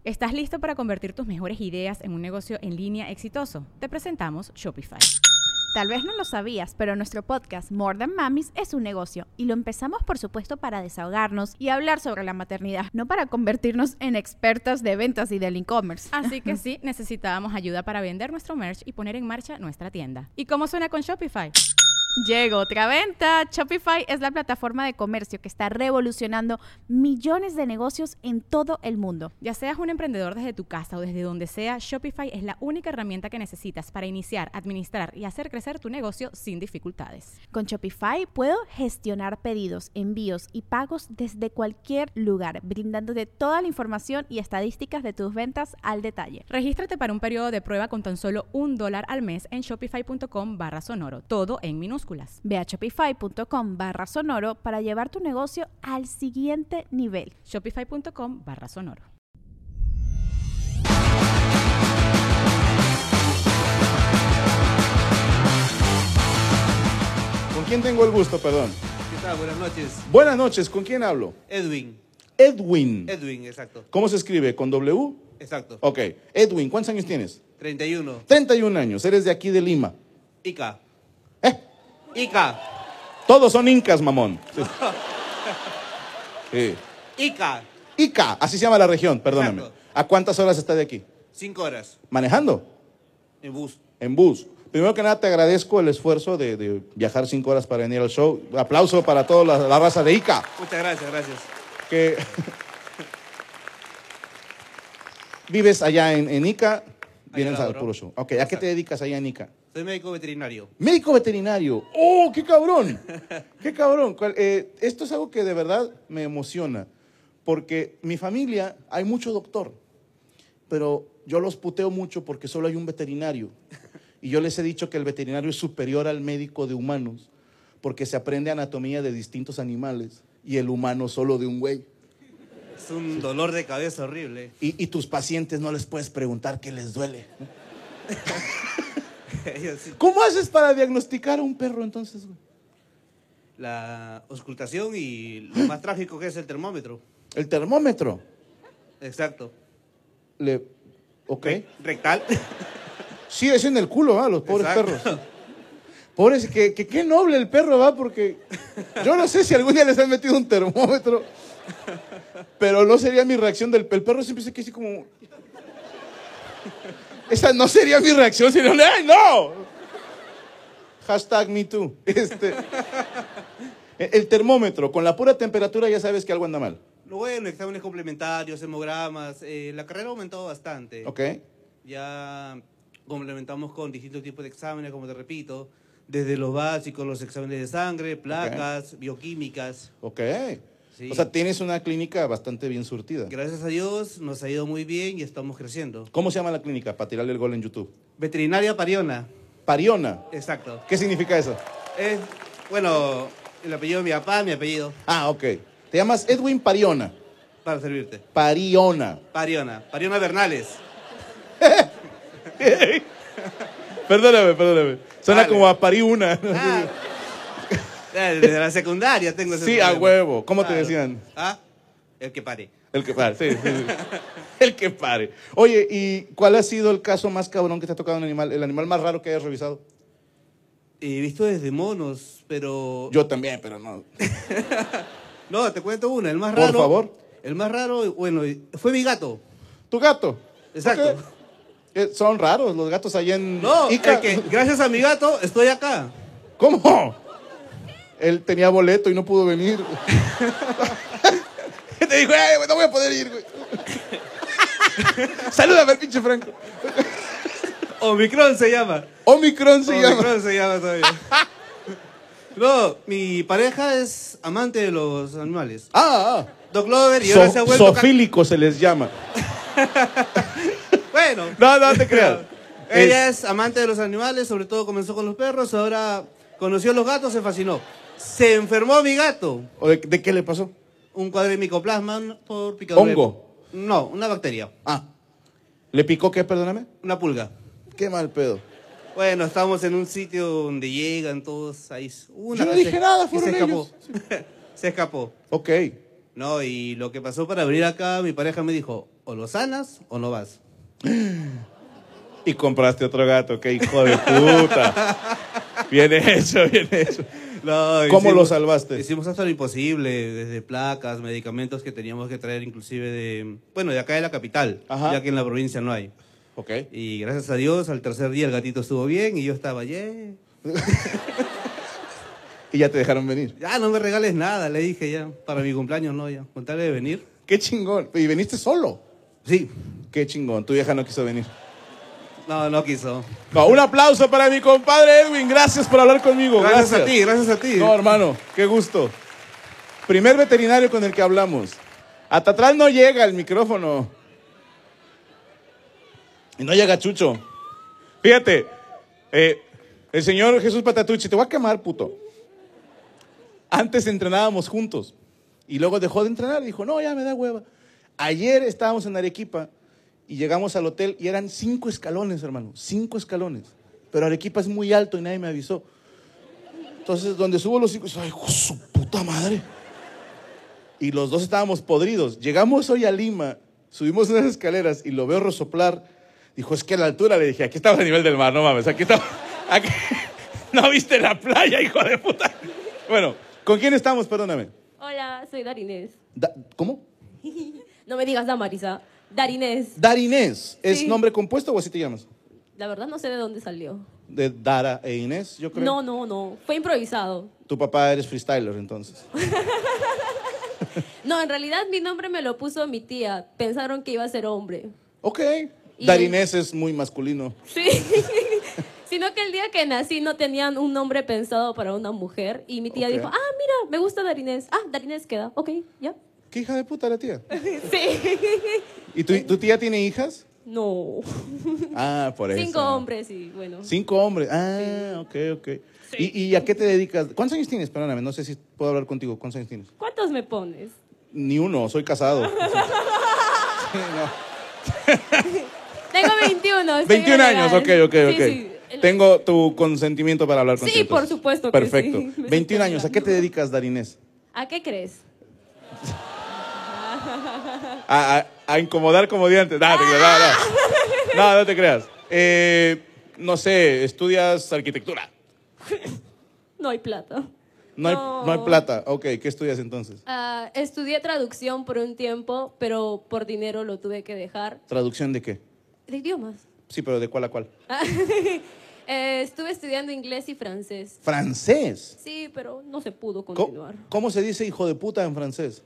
¿Estás listo para convertir tus mejores ideas en un negocio en línea exitoso? Te presentamos Shopify. Tal vez no lo sabías, pero nuestro podcast More Than Mamis es un negocio y lo empezamos por supuesto para desahogarnos y hablar sobre la maternidad, no para convertirnos en expertas de ventas y del e-commerce. Así que sí, necesitábamos ayuda para vender nuestro merch y poner en marcha nuestra tienda. ¿Y cómo suena con Shopify? Llegó otra venta. Shopify es la plataforma de comercio que está revolucionando millones de negocios en todo el mundo. Ya seas un emprendedor desde tu casa o desde donde sea, Shopify es la única herramienta que necesitas para iniciar, administrar y hacer crecer tu negocio sin dificultades. Con Shopify puedo gestionar pedidos, envíos y pagos desde cualquier lugar, brindándote toda la información y estadísticas de tus ventas al detalle. Regístrate para un periodo de prueba con tan solo $1 al mes en shopify.com/sonoro, todo en minúsculas. Ve a shopify.com/sonoro para llevar tu negocio al siguiente nivel. Shopify.com/sonoro. ¿Con quién tengo el gusto, perdón? ¿Qué tal? Buenas noches. Buenas noches, ¿con quién hablo? Edwin. Edwin. Edwin, exacto. ¿Cómo se escribe? ¿Con W? Exacto. Ok. Edwin, ¿cuántos años tienes? 31. 31 años, eres de aquí de Lima. Ica. ¿Eh? Ica. Todos son incas, mamón. Sí. Ica. Ica, así se llama la región, perdóname. Exacto. ¿A cuántas horas está de aquí? 5 horas. ¿Manejando? En bus. En bus. Primero que nada te agradezco el esfuerzo de viajar 5 horas para venir al show. Aplauso para toda la raza de Ica. Muchas gracias, gracias. Que vives allá en Ica, vienes al laboro. puro show. Ok, ¿a qué te dedicas allá en Ica? Soy médico veterinario. Médico veterinario. ¡Oh, qué cabrón! ¡Qué cabrón! Esto es algo que de verdad me emociona, porque mi familia hay mucho doctor, pero yo los puteo mucho porque solo hay un veterinario. Y yo les he dicho que el veterinario es superior al médico de humanos, porque se aprende anatomía de distintos animales y el humano solo de un güey. Es un dolor de cabeza horrible. Y tus pacientes no les puedes preguntar qué les duele. ¿Cómo haces para diagnosticar a un perro entonces, güey? La auscultación y lo más trágico que es el termómetro. El termómetro. Exacto. Ok. Rectal. Sí, es en el culo, ¿va? Los pobres Exacto. perros. Pobres, que qué noble el perro, ¿va? Porque yo no sé si algún día les han metido un termómetro, pero no sería mi reacción el perro siempre se queda así como... Esa no sería mi reacción, sino, ¡ay, no! Hashtag me too. El termómetro, con la pura temperatura ya sabes que algo anda mal. Lo bueno, exámenes complementarios, hemogramas. La carrera ha aumentado bastante. ¿Ok? Ya complementamos con distintos tipos de exámenes, como te repito, desde los básicos, los exámenes de sangre, placas, bioquímicas. Ok. Sí. O sea, tienes una clínica bastante bien surtida. Gracias a Dios nos ha ido muy bien y estamos creciendo. ¿Cómo se llama la clínica? Para tirarle el gol en YouTube. Veterinaria Pariona. Pariona. Exacto. ¿Qué significa eso? Bueno, el apellido de mi papá, mi apellido, Ah, ok. Te llamas Edwin Pariona. para servirte. Pariona. Pariona. Pariona Bernales. Perdóname. Suena Dale. como a parí una. Ah, desde la secundaria tengo ese Sí, a problema. huevo. ¿Cómo te Claro. decían? Ah, el que pare. El que pare, sí. El que pare. Oye, ¿y cuál ha sido el caso más cabrón que te ha tocado un animal? ¿El animal más raro que hayas revisado? He visto desde monos, pero... Yo también, pero no. No, te cuento una. El más Por raro... favor. El más raro, bueno, fue mi gato. ¿Tu gato? Exacto. Ok. Son raros los gatos allá en No, Ica. gracias a mi gato estoy acá. ¿Cómo? Él tenía boleto y no pudo venir. Te dijo, "Ay, güey, no voy a poder ir, güey." Salúdame al pinche Franco. Omicron se llama. Omicron se llama. Omicron se llama todavía. No, mi pareja es amante de los animales. Dog lover y ahora se ha vuelto... Zoofílico se les llama. Bueno. No te creas. Ella es amante de los animales, sobre todo comenzó con los perros, ahora conoció los gatos, se fascinó. Se enfermó mi gato. ¿De qué le pasó? Un cuadrimicoplasma por picadura. ¿Hongo? No, una bacteria. ¿Le picó qué, perdóname? Una pulga. Qué mal pedo. Bueno, estamos en un sitio donde llegan todos ahí. Yo no dije nada, fueron se escapó. ellos. Se escapó. Ok. No, y lo que pasó para venir acá, mi pareja me dijo, o lo sanas o no vas. Y compraste otro gato, qué hijo de puta. Bien hecho, bien hecho. No, ¿Cómo lo salvaste? Hicimos hasta lo imposible, desde placas, medicamentos que teníamos que traer inclusive de acá de la capital, Ajá. ya que en la provincia no hay. Ok. Y gracias a Dios, al tercer día el gatito estuvo bien y yo estaba, yeah. Y ya te dejaron venir. Ya, no me regales nada, le dije ya, para mi cumpleaños no, ya, con tal de venir. Qué chingón. ¿Y viniste solo? Sí, Qué chingón. Tu vieja no quiso venir. no quiso. No, un aplauso para mi compadre Edwin. Gracias por hablar conmigo. Gracias a ti, gracias a ti. No, hermano, qué gusto. Primer veterinario con el que hablamos. Hasta atrás no llega el micrófono. Y no llega Chucho. Fíjate, el señor Jesús Patatucci, te voy a quemar, puto. Antes entrenábamos juntos. Y luego dejó de entrenar. Dijo, no, ya me da hueva. Ayer estábamos en Arequipa y llegamos al hotel y eran 5 escalones, hermano. 5 escalones. Pero Arequipa es muy alto y nadie me avisó. Entonces, donde subo los 5, ay, hijo de su puta madre. Y los dos estábamos podridos. Llegamos hoy a Lima, subimos unas escaleras y lo veo resoplar. Dijo, es que a la altura, le dije, aquí estamos a nivel del mar, no mames, aquí estamos. Aquí... No viste la playa, hijo de puta. Bueno, ¿con quién estamos? Perdóname. Hola, soy Darinés. ¿Cómo? No me digas Damarisa. Darinés. Darinés. ¿Es Sí. nombre compuesto o así te llamas? La verdad no sé de dónde salió. De Dara e Inés, yo creo. No. Fue improvisado. Tu papá eres freestyler, entonces. No, en realidad mi nombre me lo puso mi tía. Pensaron que iba a ser hombre. Ok. Y Darinés es muy masculino. Sí. Sino que el día que nací no tenían un nombre pensado para una mujer. Y mi tía Ok. dijo, mira, me gusta Darinés. Darinés queda. Ok, ya. ¿Qué hija de puta la tía? Sí. ¿Y tu tía tiene hijas? No. Ah, por eso. 5 hombres y bueno. 5 hombres. Ah, ok. Sí. ¿Y a qué te dedicas? ¿Cuántos años tienes? Perdóname, no sé si puedo hablar contigo. ¿Cuántos años tienes? ¿Cuántos me pones? Ni uno, soy casado. Sí, no. Tengo 21. estoy 21 años, legal. ok. Sí. Tengo tu consentimiento para hablar contigo. Sí, por entonces. supuesto que Perfecto. sí. Me 21 años, ¿a qué te sorprende. dedicas, Darinés? ¿A qué crees? A incomodar comediantes. No te creas. No sé, estudias arquitectura. No hay plata. No hay plata. Ok, ¿qué estudias entonces? Estudié traducción por un tiempo, pero por dinero lo tuve que dejar. ¿Traducción de qué? De idiomas. Sí, pero ¿de cuál a cuál? Estuve estudiando inglés y francés. ¿Francés? Sí, pero no se pudo ¿Cómo, continuar. cómo se dice hijo de puta en francés?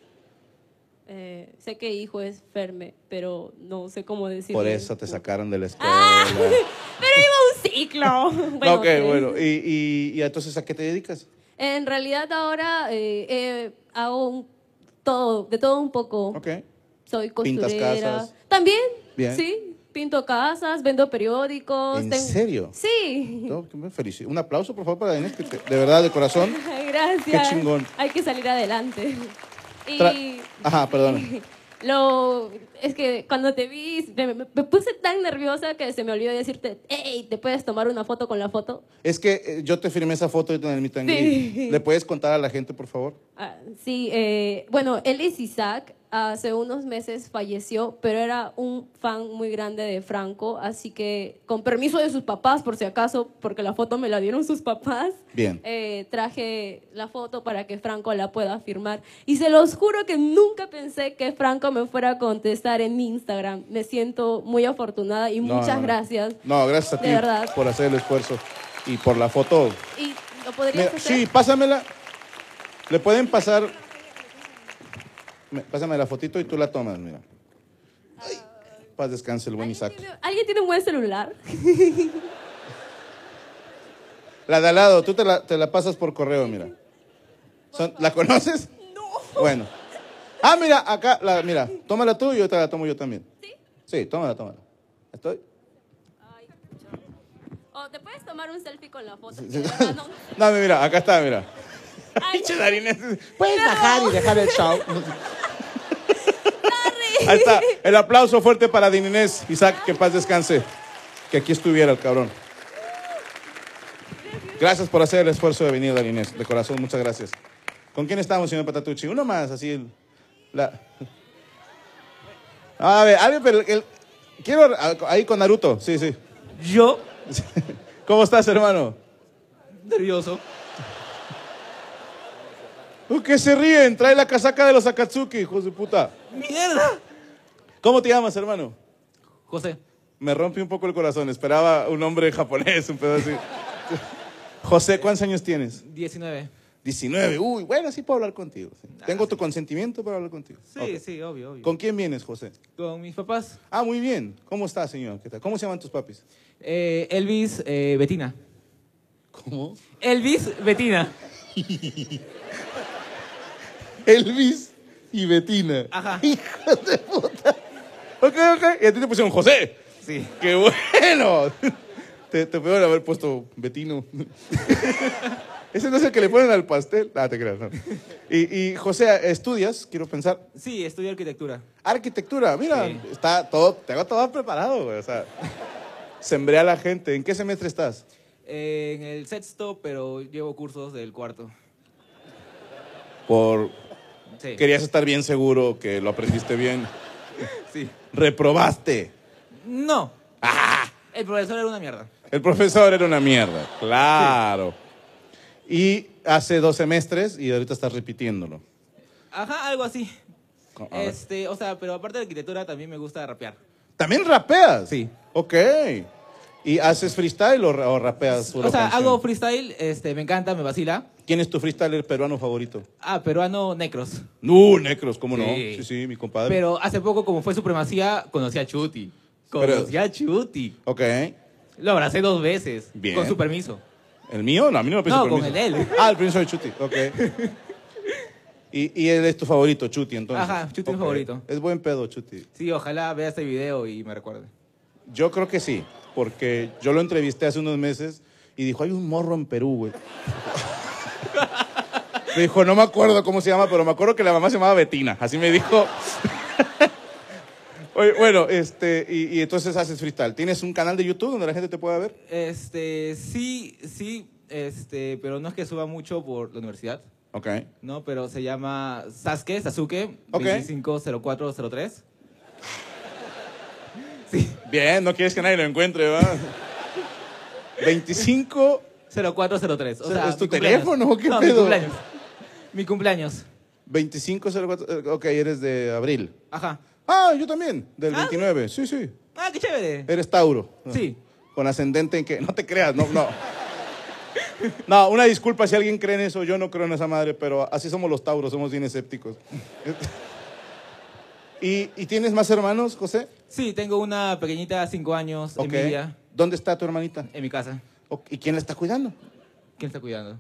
Sé que hijo es ferme, pero no sé cómo decirlo. Por eso te sacaron de la escuela. Pero iba a un ciclo. Bueno, Ok, sí. bueno. ¿Y entonces a qué te dedicas? En realidad ahora hago de todo un poco. Ok. Soy ¿Pintas costurera. casas? También, Bien. sí. Pinto casas, vendo periódicos. ¿En serio? Sí. No, que me felicito. Un aplauso, por favor, para Inés, que de verdad, de corazón. Gracias. Qué chingón. Hay que salir adelante. Ajá, perdón. Es que cuando te vi, me puse tan nerviosa que se me olvidó decirte, hey, ¿te puedes tomar una foto con la foto? Es que yo te firmé esa foto en el meet and greet. Sí. ¿Le puedes contar a la gente, por favor? Sí, bueno, él es Isaac. Hace unos meses falleció, pero era un fan muy grande de Franco, así que con permiso de sus papás, por si acaso, porque la foto me la dieron sus papás, Bien. traje la foto para que Franco la pueda firmar. Y se los juro que nunca pensé que Franco me fuera a contestar en Instagram. Me siento muy afortunada y muchas gracias. No, gracias a De ti verdad. por hacer el esfuerzo y por la foto. ¿Y lo podrías Mira, hacer? sí, pásamela. Le pueden pasar. Pásame la fotito y tú la tomas, mira. Ay, paz descanse el buen Isaac. ¿Alguien tiene un buen celular? La de al lado, tú te la pasas por correo, mira. ¿La conoces? No. Bueno. Mira, acá, mira, tómala tú y yo te la tomo yo también. ¿Sí? Sí, tómala. ¿Estoy? Ay, ¿te puedes tomar un selfie con la foto? De verdad, no. No, mira, acá está, mira. Ay, Pinche Darinés. Puedes bajar y dejar el show. Ahí está. El aplauso fuerte para Darinés. Isaac, que paz descanse. Que aquí estuviera el cabrón. Gracias por hacer el esfuerzo de venir, Darinés. De corazón, muchas gracias. ¿Con quién estamos, señor Patatucci? Uno más, así. A ver, alguien, pero quiero ahí con Naruto, sí, sí. Yo, ¿Cómo estás, hermano? nervioso. ¿Qué se ríen? Trae la casaca de los Akatsuki, hijos de puta. ¡Mierda! ¿Cómo te llamas, hermano? José, Me rompe un poco el corazón. Esperaba un nombre japonés, un pedo así. José, ¿cuántos años tienes? 19. 19. Uy, bueno, sí puedo hablar contigo. Sí. ¿Tengo tu consentimiento para hablar contigo? Sí, Ok. sí, obvio, obvio. ¿Con quién vienes, José? Con mis papás. Ah, muy bien. ¿Cómo está, señor? ¿Qué tal? ¿Cómo se llaman tus papis? Elvis, Betina. ¿Cómo? Elvis, Betina. Elvis y Betina. Ajá. Hijos de puta. Ok. Y a ti te pusieron José. Sí. ¡Qué bueno! Te pudieron haber puesto Betino. Ese no es el que le ponen al pastel. Ah, te creas, no. Y José, ¿estudias? Quiero pensar. Sí, estudio arquitectura. Arquitectura, mira, Sí. está todo, tengo todo preparado, güey. O sea, sembré a la gente. ¿En qué semestre estás? En el sexto, pero llevo cursos del cuarto. Sí. Querías estar bien seguro que lo aprendiste bien. Sí. Reprobaste. No. ¡Ah! El profesor era una mierda. El profesor era una mierda, claro. Y hace 2 semestres y ahorita estás repitiéndolo. Ajá, algo así. A ver. O sea, pero aparte de arquitectura también me gusta rapear. ¿También rapeas? Sí. Ok. ¿Y haces freestyle o rapeas pura O sea, canción? hago freestyle, me encanta, me vacila. ¿Quién es tu freestyler peruano favorito? Ah, peruano, Necros. Necros, ¿cómo no? Sí. Sí, sí, mi compadre. Pero hace poco, como fue Supremacía, conocí a Chuti. Conocí a Chuti. Ok. Lo abracé 2 veces. Bien. Con su permiso. ¿El mío? No, a mí no me pidió No, permiso. con el de él. Ah, el permiso de Chuti, ok. Y él es tu favorito, Chuti, entonces. Ajá, Chuti es mi Ok. favorito. Es buen pedo, Chuti. Sí, ojalá vea este video y me recuerde. Yo creo que sí, porque yo lo entrevisté hace unos meses y dijo, hay un morro en Perú, güey. Me dijo, no me acuerdo cómo se llama, pero me acuerdo que la mamá se llamaba Betina. Así me dijo. Oye, bueno, y entonces haces freestyle. ¿Tienes un canal de YouTube donde la gente te pueda ver? Sí, pero no es que suba mucho por la universidad, Ok. ¿no? Pero se llama Sasuke, Ok. 250403. Sí, Bien, no quieres que nadie lo encuentre, ¿verdad? 25... 0403. O sea, ¿Es tu mi cumpleaños. teléfono o qué no, pedo? Mi cumpleaños. Mi cumpleaños. 2504... Ok, eres de abril. Ajá. Ah, yo también, del Ah, 29. Sí, sí. Ah, qué chévere. Eres Tauro. Sí. Con ascendente en que... No te creas, no. No, una disculpa si alguien cree en eso. Yo no creo en esa madre, pero así somos los Tauros, somos bien escépticos. ¿Y tienes más hermanos, José? Sí, tengo una pequeñita, 5 años, Ok. Emilia, ¿Dónde está tu hermanita? en mi casa. ¿Y quién la está cuidando? ¿Quién está cuidando?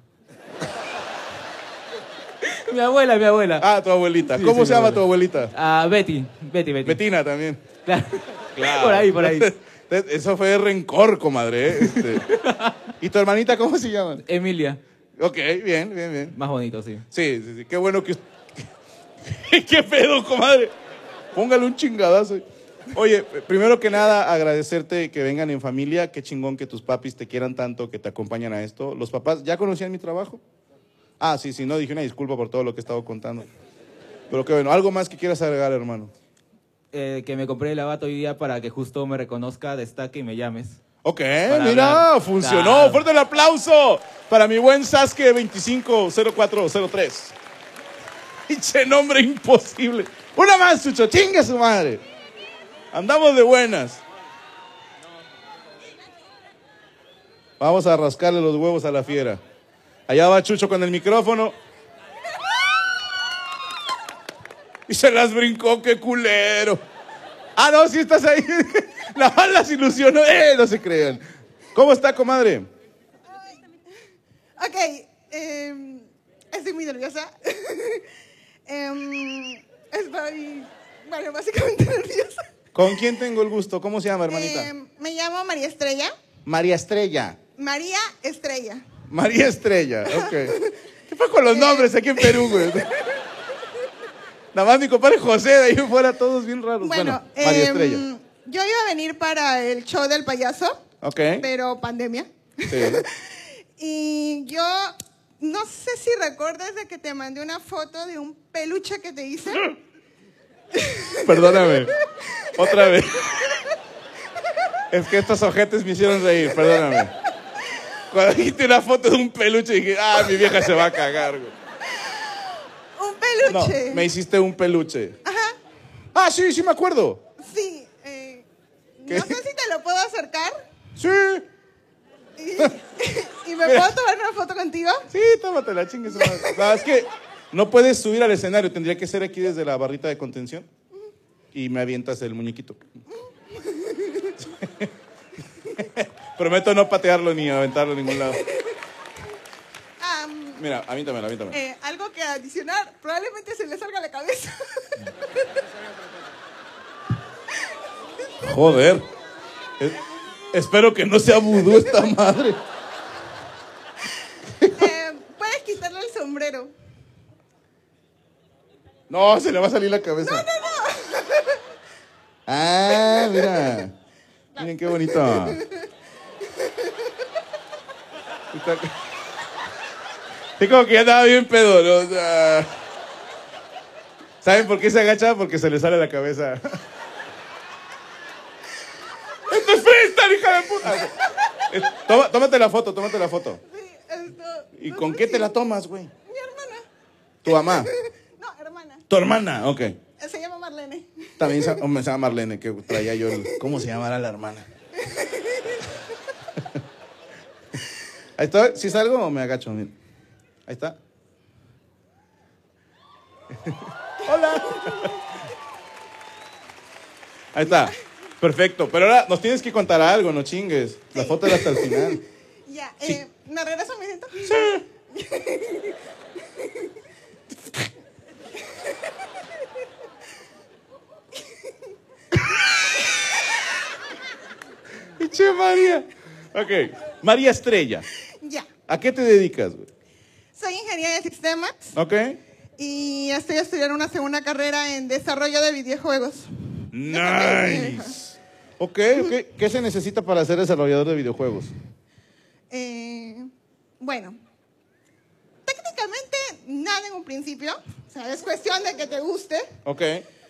Mi abuela. Ah, tu abuelita. Sí, ¿Cómo sí, se mi llama abuela. tu abuelita? Ah, Betty. Betina también. Claro. Claro. Por ahí. Eso fue rencor, comadre. ¿Y tu hermanita cómo se llama? Emilia. Ok, bien. Más bonito, sí. Sí. Qué bueno que... ¿Qué pedo, comadre? Póngale un chingadazo. Oye, primero que nada, agradecerte que vengan en familia. Qué chingón que tus papis te quieran tanto, que te acompañan a esto. ¿Los papás ya conocían mi trabajo? Ah, sí, no, dije una disculpa por todo lo que he estado contando. Pero qué bueno. ¿Algo más que quieras agregar, hermano? Que me compré el lavato hoy día para que justo me reconozca, destaque y me llames. Ok, Para mira, hablar. funcionó. Claro. Fuerte el aplauso para mi buen Sasuke 250403. Pinche nombre imposible. Una más, Chucho, chinga su madre. Andamos de buenas. Vamos a rascarle los huevos a la fiera. Allá va Chucho con el micrófono. Y se las brincó, qué culero. Ah, no, sí estás ahí. La más las ilusionó. No se crean. ¿Cómo está, comadre? Ok, estoy muy nerviosa. Estoy, bueno, básicamente nerviosa. ¿Con quién tengo el gusto? ¿Cómo se llama, hermanita? Me llamo María Estrella. María Estrella. María Estrella. María Estrella, ok. ¿Qué fue con los nombres aquí en Perú, güey? Nada más mi compadre José, de ahí fuera todos bien raros. Bueno, María Estrella. yo iba a venir para el show del payaso, Ok. pero pandemia. Sí. Y yo no sé si recuerdas de que te mandé una foto de un peluche que te hice. Perdóname. Otra vez. Es que estos ojetes me hicieron reír, perdóname. Cuando dijiste una foto de un peluche dije, mi vieja se va a cagar, güey. Un No, peluche. me hiciste un peluche. Ajá. Sí me acuerdo. Sí. ¿Qué? No sé si te lo puedo acercar. Sí. ¿Y me puedo tomar una foto contigo? Sí, tómatela, chingues. No, es que no puedes subir al escenario, tendría que ser aquí desde la barrita de contención. Y me avientas el muñequito. Prometo no patearlo ni aventarlo a ningún lado. Mira, aviéntamelo. Algo que adicionar, probablemente se le salga la cabeza. Joder. Espero que no sea vudú esta madre. Puedes quitarle el sombrero. No, se le va a salir la cabeza. No. Mira. Miren qué bonito. Sí, como que ya estaba bien pedo, ¿no? O sea, ¿saben por qué se agacha? Porque se le sale la cabeza. ¡Esto es freestyle, hija de puta! Tómate la foto. Sí, ¿Y no con sé qué si- te la tomas, güey? Mi hermana. ¿Tu mamá? No, hermana. ¿Tu hermana? Ok. Se llama Marlene. También se llama Marlene, que traía yo el... ¿Cómo se llamará la hermana? Ahí está. ¿Sí salgo o me agacho? Mira. Ahí está. Hola. Ahí está. Perfecto. Pero ahora nos tienes que contar algo, no chingues. La foto era hasta el final. Ya, Sí. ¿me regreso a mi asiento? Sí. Pinche María. Ok. María Estrella. Ya. ¿A qué te dedicas, güey? Soy ingeniera de sistemas Ok. y estoy estudiando una segunda carrera en desarrollo de videojuegos. Nice. Ok. ¿Qué se necesita para ser desarrollador de videojuegos? Bueno, técnicamente nada en un principio. O sea, es cuestión de que te guste. Ok.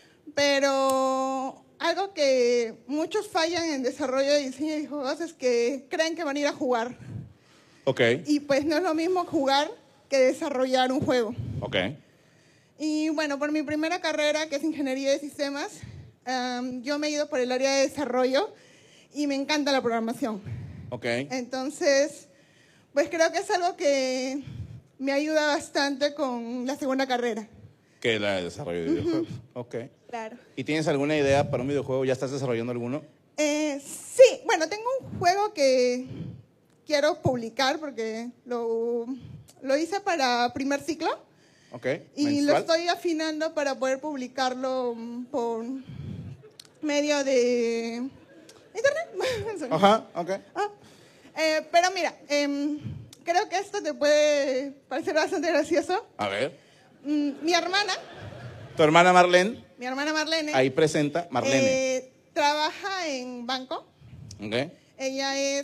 Pero algo que muchos fallan en desarrollo de diseño de videojuegos es que creen que van a ir a jugar. Ok. Y pues no es lo mismo jugar que desarrollar un juego. Ok. Y bueno, por mi primera carrera, que es ingeniería de sistemas, yo me he ido por el área de desarrollo y me encanta la programación. Ok. Entonces, pues creo que es algo que me ayuda bastante con la segunda carrera. ¿Qué es la de desarrollo de videojuegos? Ok. Claro. ¿Y tienes alguna idea para un videojuego? ¿Ya estás desarrollando alguno? Sí, bueno, tengo un juego que quiero publicar porque lo hice para primer ciclo Ok. y ¿Mensual? lo estoy afinando para poder publicarlo por medio de internet. Ajá, ok. Pero mira, creo que esto te puede parecer bastante gracioso. A ver. Mi hermana Tu hermana Marlene, Marlene, ahí presenta. Marlene. trabaja en banco. Ok. Ella es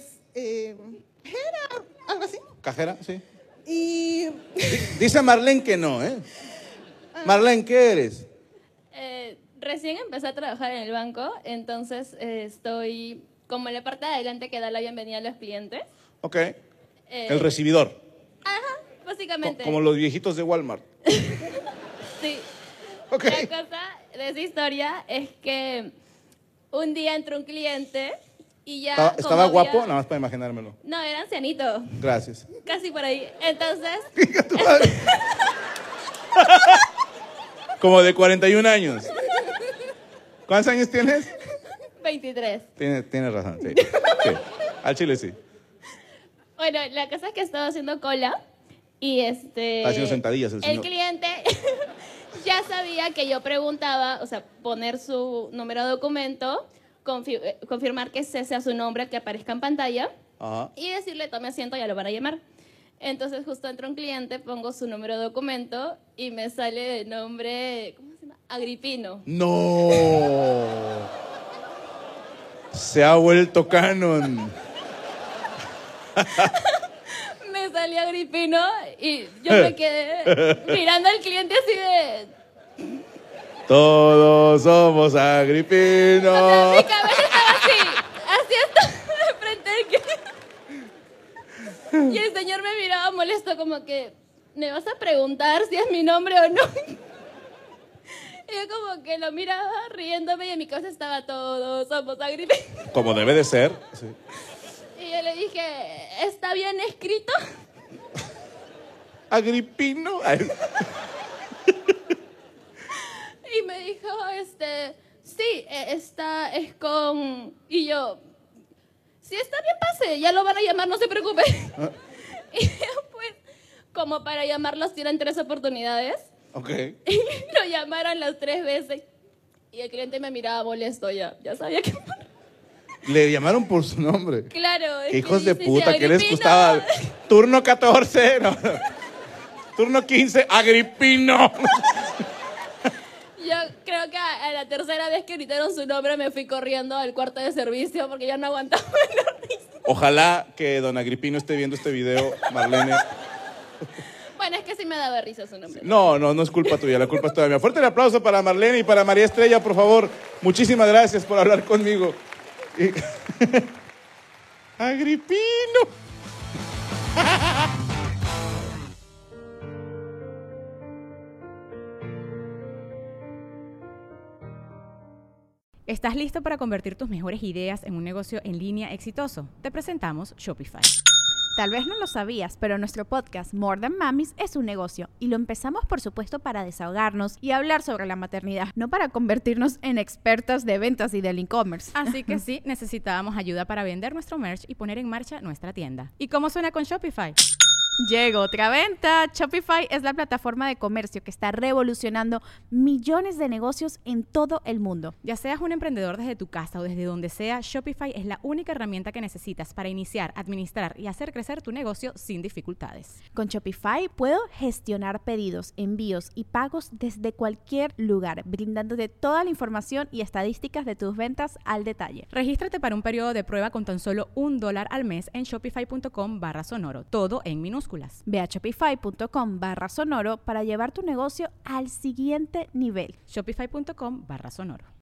algo así. ¿Cajera? Sí. Y Dice Marlene que no, ¿eh? Marlene, ¿qué eres? Recién empecé a trabajar en el banco, entonces estoy como en la parte de adelante que da la bienvenida a los clientes. Ok. Eh, El recibidor. Ajá, básicamente. Como los viejitos de Walmart. Sí. Ok. La cosa de esa historia es que un día entró un cliente y ya... como ¿Estaba había- guapo? Nada más para imaginármelo. No, era ancianito, Gracias. casi por ahí. Entonces, Como de 41 años. ¿Cuántos años tienes? 23. Tienes razón, sí. Sí. Al chile sí. Bueno, la cosa es que estaba haciendo cola y Está haciendo sentadillas el señor. cliente ya sabía que yo preguntaba, o sea, poner su número de documento, confirmar que ese sea su nombre, que aparezca en pantalla Ajá. y decirle tome asiento, ya lo van a llamar. Entonces justo entra un cliente, pongo su número de documento y me sale de nombre, ¿cómo se llama? Agripino. No. Se ha vuelto canon. Me salió Agripino y yo me quedé mirando al cliente así de... Todos somos agripinos. O sea, mi cabeza estaba así estaba de frente al que... Y el señor me miraba molesto como que, ¿me vas a preguntar si es mi nombre o no? Y yo como que lo miraba riéndome y en mi cabeza estaba todos somos agripinos. Como debe de ser. Sí. Y yo le dije, ¿está bien escrito? Agripino. Ay. Y me dijo, sí, es con... Y yo, sí, está bien, pase, ya lo van a llamar, no se preocupe. Y después, como para llamarlos, tienen 3 oportunidades. Ok. Y lo llamaron las 3 veces. Y el cliente me miraba molesto ya sabía que... Le llamaron por su nombre. Claro. Es Qué hijos que de dice, puta, "Sí, ¿qué les Agripino". gustaba? Turno 14, no. Turno 15, Agripino. Yo creo que a la tercera vez que gritaron su nombre me fui corriendo al cuarto de servicio porque ya no aguantaba la risa. Ojalá que don Agripino esté viendo este video, Marlene. Bueno, es que sí me daba risa su nombre. No es culpa tuya, la culpa es toda mía. Fuerte el aplauso para Marlene y para María Estrella, por favor. Muchísimas gracias por hablar conmigo. Agripino. ¿Estás listo para convertir tus mejores ideas en un negocio en línea exitoso? Te presentamos Shopify. Tal vez no lo sabías, pero nuestro podcast More Than Mamis es un negocio y lo empezamos por supuesto para desahogarnos y hablar sobre la maternidad, no para convertirnos en expertas de ventas y del e-commerce. Así que sí, necesitábamos ayuda para vender nuestro merch y poner en marcha nuestra tienda. ¿Y cómo suena con Shopify? Llegó otra venta. Shopify es la plataforma de comercio que está revolucionando millones de negocios en todo el mundo. Ya seas un emprendedor desde tu casa o desde donde sea, Shopify es la única herramienta que necesitas para iniciar, administrar y hacer crecer tu negocio sin dificultades. Con Shopify puedo gestionar pedidos, envíos y pagos desde cualquier lugar, brindándote toda la información y estadísticas de tus ventas al detalle. Regístrate para un periodo de prueba con tan solo $1 al mes en shopify.com/sonoro, todo en minúsculas. Ve a shopify.com/sonoro para llevar tu negocio al siguiente nivel. Shopify.com/sonoro.